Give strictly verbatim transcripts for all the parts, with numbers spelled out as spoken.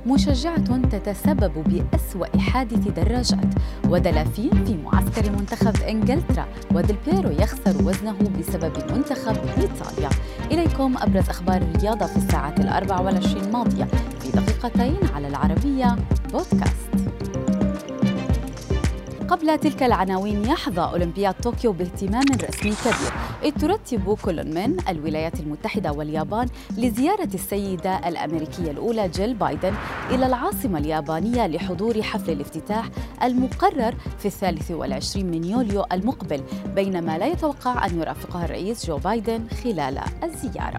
مشجعة تتسبب بأسوأ حادث دراجات، ودلافين في معسكر منتخب إنجلترا، وديل بيرو يخسر وزنه بسبب منتخب إيطاليا. إليكم أبرز أخبار الرياضة في الساعات الأربع والعشرين الماضية في دقيقتين على العربية بودكاست. قبل تلك العناوين، يحظى أولمبياد طوكيو باهتمام رسمي كبير، إذ ترتب كل من الولايات المتحدة واليابان لزيارة السيدة الأمريكية الأولى جيل بايدن إلى العاصمة اليابانية لحضور حفل الافتتاح المقرر في الثالث والعشرين من يوليو المقبل، بينما لا يتوقع أن يرافقها الرئيس جو بايدن خلال الزيارة.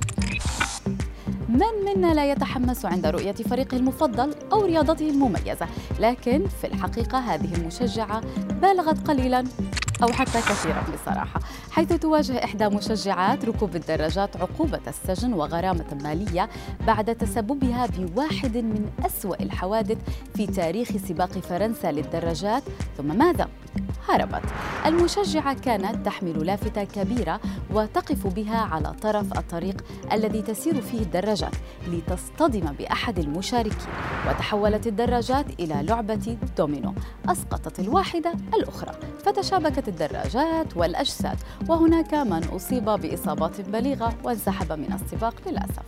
من منا لا يتحمس عند رؤية فريقه المفضل أو رياضته المميزة، لكن في الحقيقة هذه المشجعة بالغت قليلاً أو حتى كثيراً بصراحة، حيث تواجه إحدى مشجعات ركوب الدراجات عقوبة السجن وغرامة مالية بعد تسببها بواحد من أسوأ الحوادث في تاريخ سباق فرنسا للدراجات. ثم ماذا؟ هربت. المشجعة كانت تحمل لافتة كبيرة وتقف بها على طرف الطريق الذي تسير فيه الدراجات لتصطدم بأحد المشاركين، وتحولت الدراجات إلى لعبة دومينو، أسقطت الواحدة الأخرى، فتشابكت الدراجات والأجساد، وهناك من أصيب بإصابات بليغة وانسحب من السباق للأسف.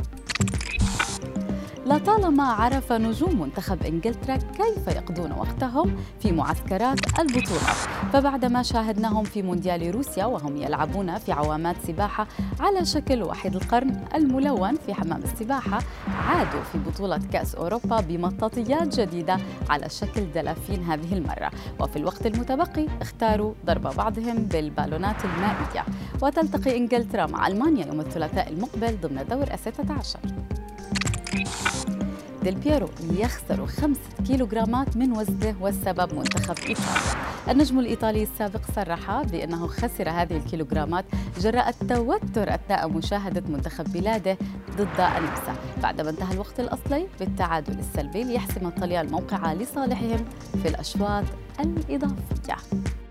لطالما عرف نجوم منتخب إنجلترا كيف يقضون وقتهم في معسكرات البطولات، فبعدما شاهدناهم في مونديال روسيا وهم يلعبون في عوامات سباحة على شكل وحيد القرن الملون في حمام السباحة، عادوا في بطولة كأس أوروبا بمطاطيات جديدة على شكل دلافين هذه المرة، وفي الوقت المتبقي اختاروا ضرب بعضهم بالبالونات المائية. وتلتقي إنجلترا مع ألمانيا يوم الثلاثاء المقبل ضمن دور الستة عشر. ديل بيرو يخسر خمسة كيلوغرامات من وزنه والسبب منتخب إيطاليا. النجم الإيطالي السابق صرح بأنه خسر هذه الكيلوغرامات جراء التوتر أثناء مشاهدة منتخب بلاده ضد النمسا، بعدما انتهى الوقت الأصلي بالتعادل السلبي ليحسم الطليان الموقع لصالحهم في الأشواط الإضافية.